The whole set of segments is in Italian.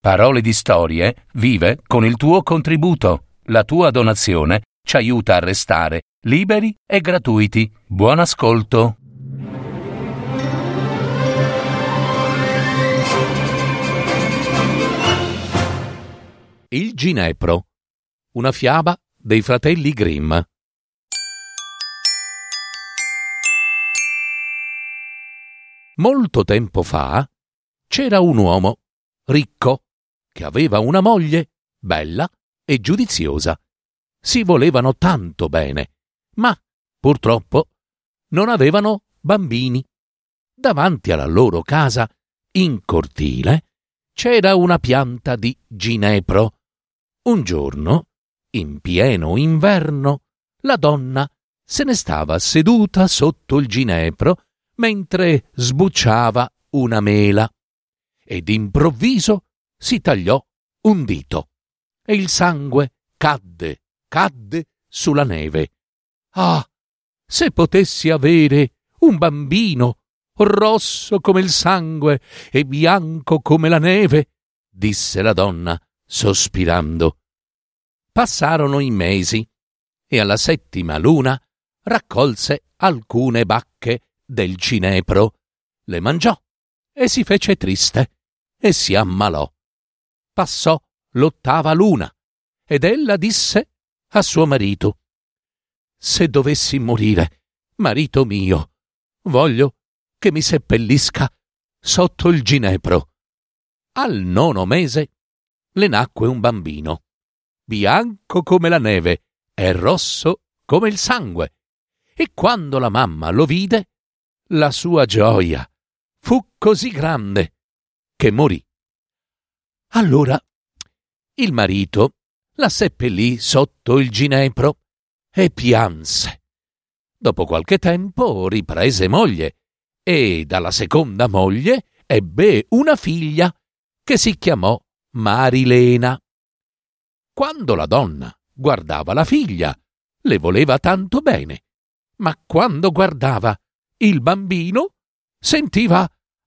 Parole di Storie vive con il tuo contributo. La tua donazione ci aiuta a restare liberi e gratuiti. Buon ascolto. Il ginepro, una fiaba dei fratelli Grimm. Molto tempo fa c'era un uomo ricco che aveva una moglie bella e giudiziosa. Si volevano tanto bene, ma purtroppo non avevano bambini. Davanti alla loro casa, in cortile, c'era una pianta di ginepro. Un giorno, in pieno inverno, la donna se ne stava seduta sotto il ginepro mentre sbucciava una mela ed improvviso si tagliò un dito e il sangue cadde sulla neve. Ah, se potessi avere un bambino rosso come il sangue e bianco come la neve, disse la donna sospirando. Passarono i mesi e alla 7ª luna raccolse alcune bacche del ginepro, le mangiò e si fece triste e si ammalò. Passò l'8ª luna ed ella disse a suo marito: «Se dovessi morire, marito mio, voglio che mi seppellisca sotto il ginepro». Al 9° mese le nacque un bambino, bianco come la neve e rosso come il sangue, e quando la mamma lo vide, la sua gioia fu così grande che morì. Allora il marito la seppellì sotto il ginepro e pianse. Dopo qualche tempo riprese moglie e dalla seconda moglie ebbe una figlia che si chiamò Marilena. Quando la donna guardava la figlia, le voleva tanto bene, ma quando guardava il bambino sentiva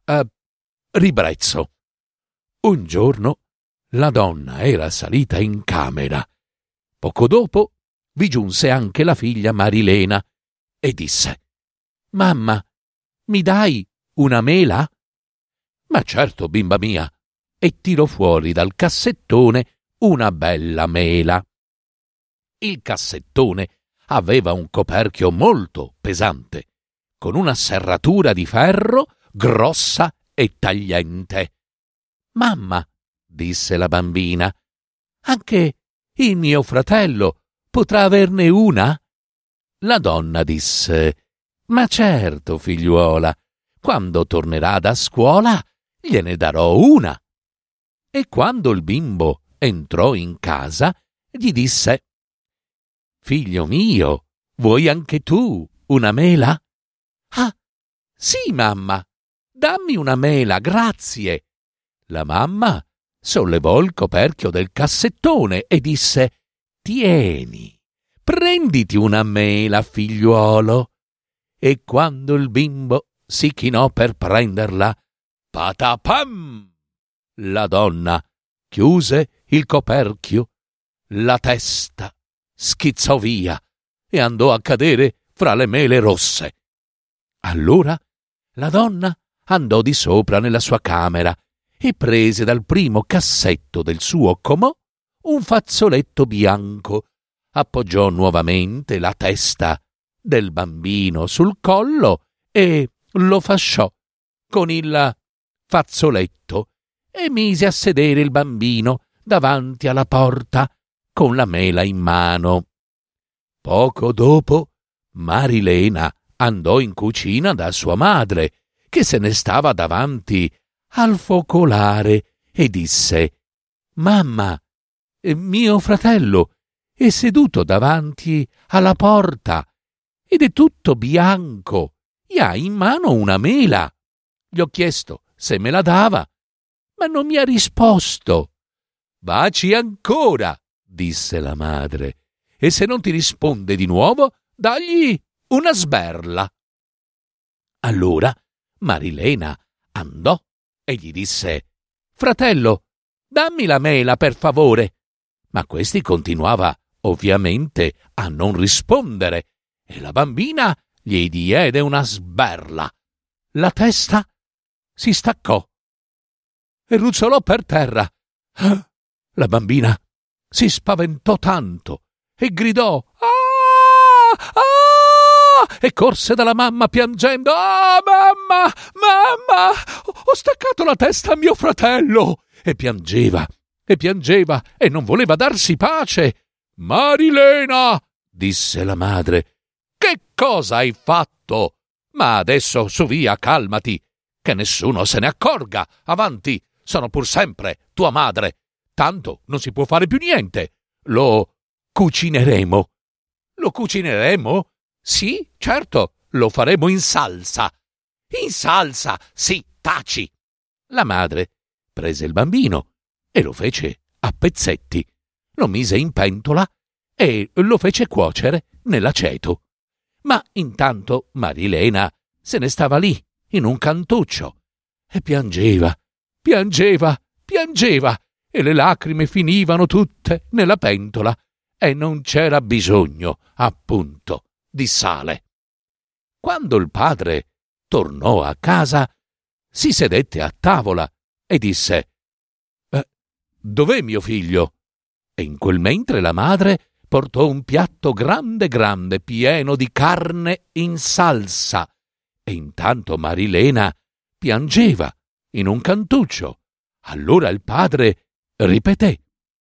ribrezzo. Un giorno la donna era salita in camera. Poco dopo vi giunse anche la figlia Marilena e disse: «Mamma, mi dai una mela?» «Ma certo, bimba mia», e tirò fuori dal cassettone una bella mela. Il cassettone aveva un coperchio molto pesante, con una serratura di ferro grossa e tagliente. «Mamma», disse la bambina, «anche il mio fratello potrà averne una?» La donna disse: «Ma certo, figliuola, quando tornerà da scuola gliene darò una». E quando il bimbo entrò in casa, gli disse: «Figlio mio, vuoi anche tu una mela?» «Ah, sì, mamma, dammi una mela, grazie». La mamma sollevò il coperchio del cassettone e disse: «Tieni, prenditi una mela, figliuolo». E quando il bimbo si chinò per prenderla, patapam! La donna chiuse il coperchio, la testa schizzò via e andò a cadere fra le mele rosse. Allora la donna andò di sopra nella sua camera e prese dal primo cassetto del suo comò un fazzoletto bianco, appoggiò nuovamente la testa del bambino sul collo e lo fasciò con il fazzoletto e mise a sedere il bambino davanti alla porta con la mela in mano. Poco dopo Marilena andò in cucina da sua madre, che se ne stava davanti al focolare, e disse: «Mamma, mio fratello è seduto davanti alla porta ed è tutto bianco e ha in mano una mela. Gli ho chiesto se me la dava, ma non mi ha risposto». «Baci ancora», disse la madre, «e se non ti risponde di nuovo, dagli una sberla». Allora Marilena andò e gli disse: «Fratello, dammi la mela, per favore. Ma questi continuava ovviamente a non rispondere e la bambina gli diede una sberla. La testa si staccò e ruzzolò per terra. La bambina si spaventò tanto e gridò «Ah! Ah!» e corse dalla mamma piangendo. «Ah, mamma! Mamma! Ho staccato la testa a mio fratello!» E piangeva e non voleva darsi pace. «Marilena!» disse la madre. «Che cosa hai fatto? Ma adesso su via, calmati, che nessuno se ne accorga. Avanti, sono pur sempre tua madre. Tanto non si può fare più niente. Lo cucineremo». «Lo cucineremo?» «Sì, certo, lo faremo in salsa». «In salsa? Sì, taci». La madre prese il bambino e lo fece a pezzetti, lo mise in pentola e lo fece cuocere nell'aceto. Ma intanto Marilena se ne stava lì, in un cantuccio, e piangeva e le lacrime finivano tutte nella pentola e non c'era bisogno, appunto, di sale. Quando il padre tornò a casa, si sedette a tavola e disse «Dov'è mio figlio?» E in quel mentre la madre portò un piatto grande pieno di carne in salsa e intanto Marilena piangeva in un cantuccio. Allora il padre ripeté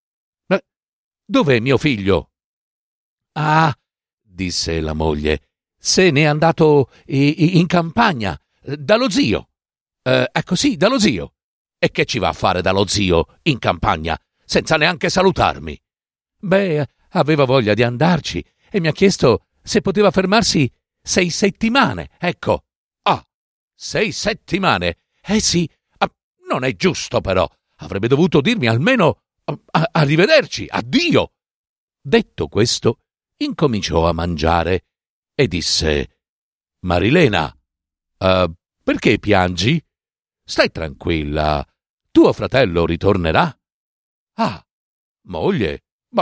«Dov'è mio figlio?» «Ah», disse la moglie, «se n'è andato in campagna, dallo zio». «Ecco sì, dallo zio». «E che ci va a fare dallo zio in campagna, senza neanche salutarmi?» «Beh, aveva voglia di andarci e mi ha chiesto se poteva fermarsi 6 settimane, ecco». «Ah, 6 settimane? Sì, non è giusto però, avrebbe dovuto dirmi almeno arrivederci, addio». Detto questo, incominciò a mangiare e disse «Marilena, perché piangi? Stai tranquilla, tuo fratello ritornerà». «Ah, moglie, ma...»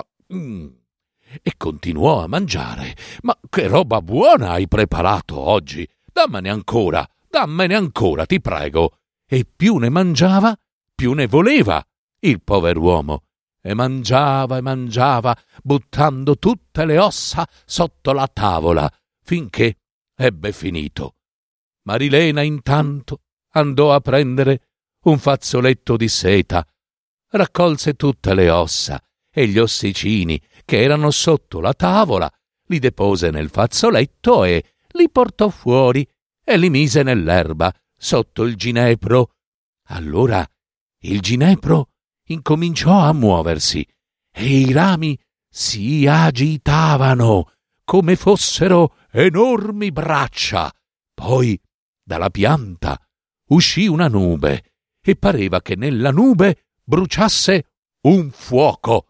E continuò a mangiare. «Ma che roba buona hai preparato oggi! Dammene ancora, ti prego!» E più ne mangiava, più ne voleva il pover'uomo. E mangiava, buttando tutte le ossa sotto la tavola, finché ebbe finito. Marilena intanto andò a prendere un fazzoletto di seta, raccolse tutte le ossa e gli ossicini che erano sotto la tavola, li depose nel fazzoletto e li portò fuori e li mise nell'erba sotto il ginepro. Allora il ginepro incominciò a muoversi e i rami si agitavano come fossero enormi braccia. Poi dalla pianta uscì una nube e pareva che nella nube bruciasse un fuoco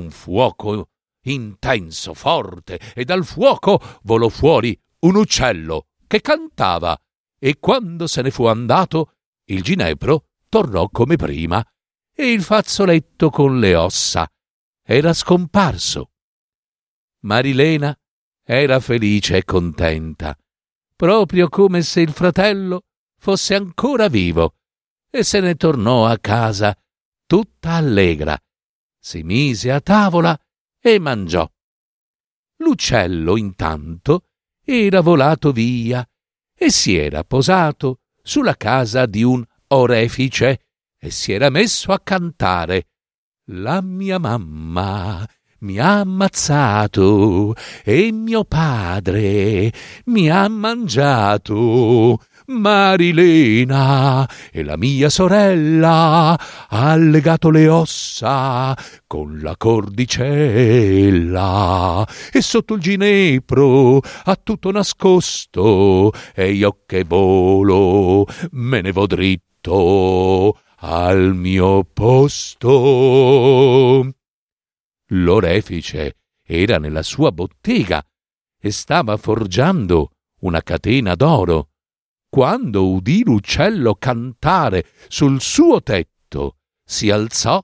intenso, forte, e dal fuoco volò fuori un uccello che cantava, e quando se ne fu andato il ginepro tornò come prima e il fazzoletto con le ossa era scomparso. Marilena era felice e contenta, proprio come se il fratello fosse ancora vivo, e se ne tornò a casa tutta allegra. Si mise a tavola e mangiò. L'uccello intanto era volato via e si era posato sulla casa di un orefice e si era messo a cantare: «La mia mamma mi ha ammazzato e mio padre mi ha mangiato. Marilena e la mia sorella ha legato le ossa con la cordicella e sotto il ginepro ha tutto nascosto e io che volo me ne vo dritto al mio posto». L'orefice era nella sua bottega e stava forgiando una catena d'oro, quando udì l'uccello cantare sul suo tetto, si alzò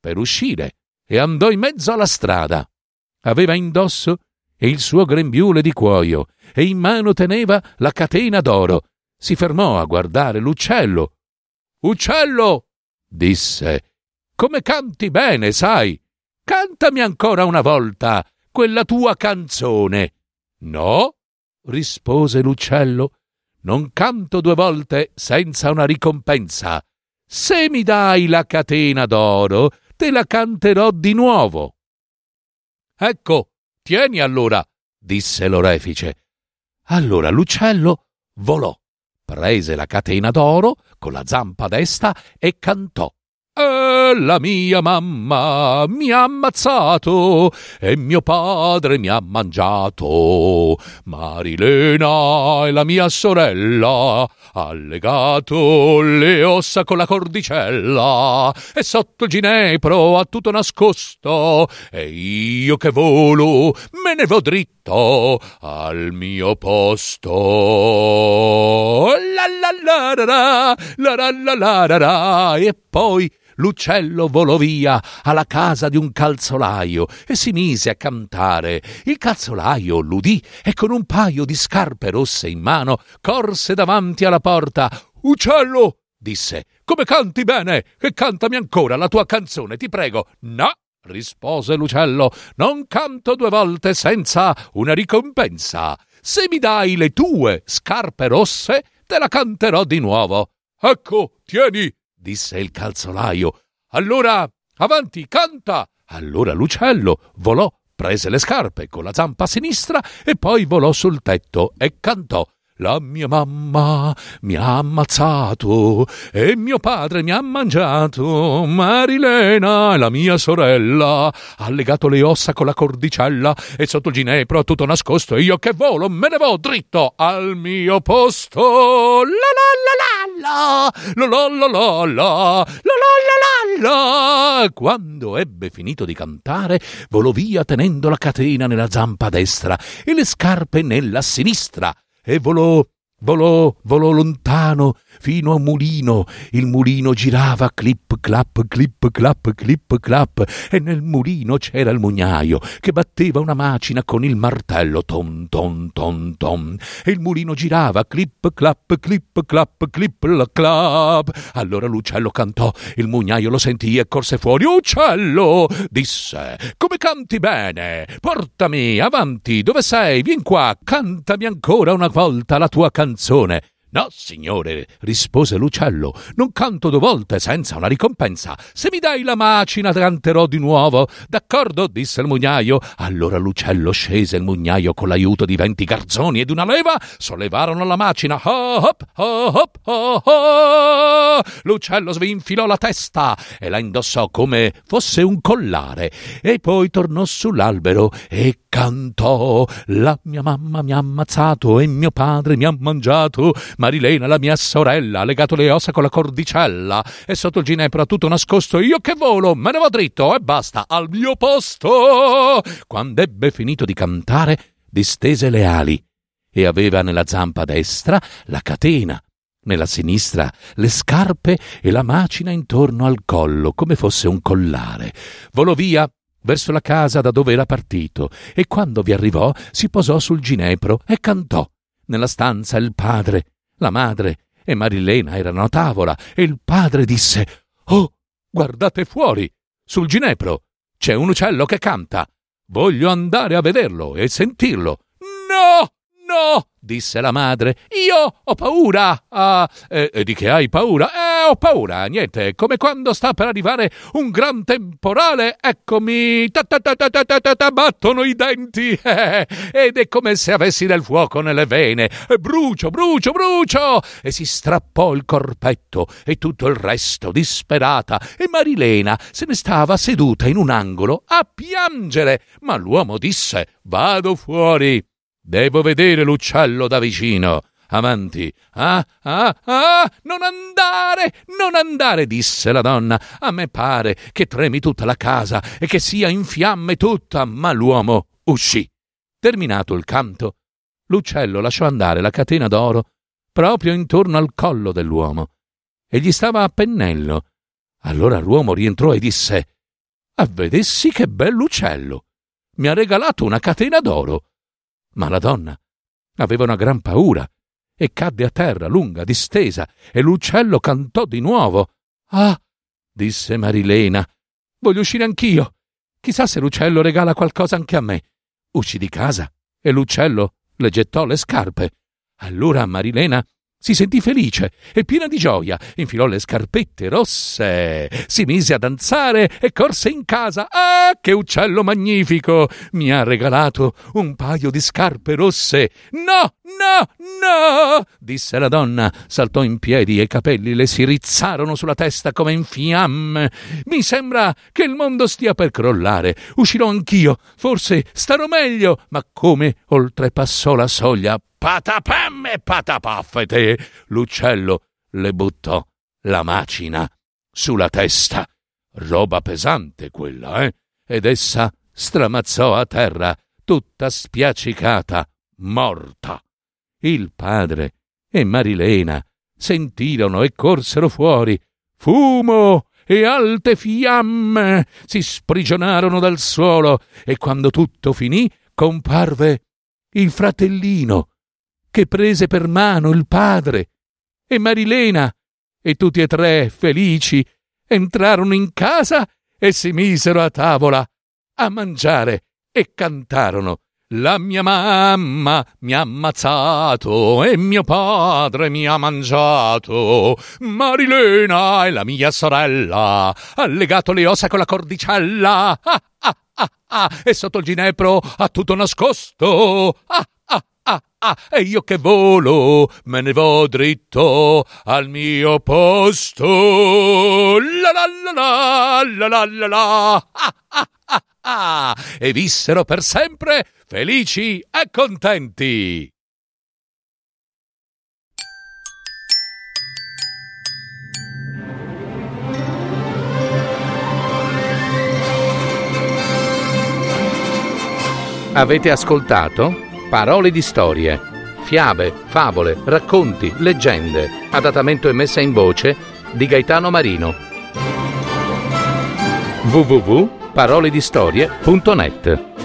per uscire e andò in mezzo alla strada. Aveva indosso il suo grembiule di cuoio e in mano teneva la catena d'oro. Si fermò a guardare l'uccello. «Uccello», disse, «come canti bene, sai! Cantami ancora una volta quella tua canzone». «No», rispose l'uccello, «non canto 2 volte senza una ricompensa. Se mi dai la catena d'oro, te la canterò di nuovo». «Ecco, tieni allora», disse l'orefice. Allora l'uccello volò, prese la catena d'oro con la zampa desta e cantò. La mia mamma mi ha ammazzato e mio padre mi ha mangiato. Marilena è la mia sorella, ha legato le ossa con la cordicella e sotto il ginepro ha tutto nascosto. E io che volo me ne vo dritto al mio posto. La la la la la la la la la. E poi l'uccello volò via alla casa di un calzolaio e si mise a cantare. Il calzolaio l'udì e con un paio di scarpe rosse in mano corse davanti alla porta. «Uccello», disse, «come canti bene! E cantami ancora la tua canzone, ti prego». «No», rispose l'uccello, «non canto 2 volte senza una ricompensa. Se mi dai le tue scarpe rosse, te la canterò di nuovo». «Ecco, tieni», disse il calzolaio. «Allora, avanti, canta!» Allora l'uccello volò, prese le scarpe con la zampa sinistra e poi volò sul tetto e cantò. «La mia mamma mi ha ammazzato e mio padre mi ha mangiato. Marilena è la mia sorella, ha legato le ossa con la cordicella e sotto il ginepro ha tutto nascosto e io che volo me ne vo dritto al mio posto. La la la la la la la la la la la la». Quando ebbe finito di cantare, volò via tenendo la catena nella zampa destra e le scarpe nella sinistra. E volò lontano fino a un mulino. Il mulino girava clip clap, clip clap, clip clap, e nel mulino c'era il mugnaio che batteva una macina con il martello, tom tom tom tom, e il mulino girava clip clap, clip clap, clip clap. Allora l'uccello cantò, il mugnaio lo sentì e corse fuori. «Uccello», disse, «come canti bene! Portami avanti, dove sei? Vien qua, cantami ancora una volta la tua canzone». «No, signore», rispose l'uccello, «non canto 2 volte senza una ricompensa. Se mi dai la macina canterò di nuovo». «D'accordo», disse il mugnaio. Allora l'uccello scese il mugnaio con l'aiuto di 20 garzoni ed una leva sollevarono la macina. Hop, hop, hop, hop. L'uccello svinfilò la testa e la indossò come fosse un collare e poi tornò sull'albero e cantò. «La mia mamma mi ha ammazzato e mio padre mi ha mangiato. Marilena, la mia sorella, ha legato le ossa con la cordicella e sotto il ginepro ha tutto nascosto. Io che volo me ne vo dritto e basta al mio posto». Quando ebbe finito di cantare, distese le ali e aveva nella zampa destra la catena, nella sinistra le scarpe e la macina intorno al collo come fosse un collare. Volò via verso la casa da dove era partito e quando vi arrivò si posò sul ginepro e cantò. Nella stanza il padre, la madre e Marilena erano a tavola e il padre disse: «Oh, guardate fuori, sul ginepro c'è un uccello che canta. Voglio andare a vederlo e sentirlo». «No, no», disse la madre, «io ho paura». Di che hai paura?» Ho paura, niente, come quando sta per arrivare un gran temporale, eccomi, battono i denti, ed è come se avessi del fuoco nelle vene, brucio, brucio, brucio, e si strappò il corpetto e tutto il resto, disperata, e Marilena se ne stava seduta in un angolo a piangere, ma l'uomo disse: «Vado fuori, devo vedere l'uccello da vicino». «Avanti, non andare», disse la donna. «A me pare che tremi tutta la casa e che sia in fiamme tutta». Ma l'uomo uscì. Terminato il canto, l'uccello lasciò andare la catena d'oro proprio intorno al collo dell'uomo e gli stava a pennello. Allora l'uomo rientrò e disse: vedessi che bell'uccello! Mi ha regalato una catena d'oro. Ma la donna aveva una gran paura e cadde a terra lunga, distesa, e l'uccello cantò di nuovo. «Ah!» disse Marilena, «voglio uscire anch'io. Chissà se l'uccello regala qualcosa anche a me». Uscì di casa e l'uccello le gettò le scarpe. Allora Marilena si sentì felice e piena di gioia, infilò le scarpette rosse, si mise a danzare e corse in casa. «Ah, che uccello magnifico! Mi ha regalato un paio di scarpe rosse!» «No, no, no!» disse la donna, saltò in piedi e i capelli le si rizzarono sulla testa come in fiamme. «Mi sembra che il mondo stia per crollare. Uscirò anch'io, forse starò meglio». Ma come oltrepassò la soglia, patapam e patapaffete, l'uccello le buttò la macina sulla testa. Roba pesante quella, ed essa stramazzò a terra, tutta spiaccicata, morta. Il padre e Marilena sentirono e corsero fuori. Fumo e alte fiamme si sprigionarono dal suolo, e quando tutto finì comparve il fratellino, che prese per mano il padre e Marilena, e tutti e tre, felici, entrarono in casa e si misero a tavola a mangiare e cantarono: «La mia mamma mi ha ammazzato e mio padre mi ha mangiato. Marilena è la mia sorella, ha legato le ossa con la cordicella. Ah, ah, ah, ah, e sotto il ginepro ha tutto nascosto. Ah, ah, ah, ah, e io che volo me ne vo dritto al mio posto. La la la la la la la. Ah, ah, ah, ah. E vissero per sempre felici e contenti. Avete ascoltato Parole di storie, fiabe, favole, racconti, leggende, adattamento e messa in voce di Gaetano Marino. www.paroledistorie.net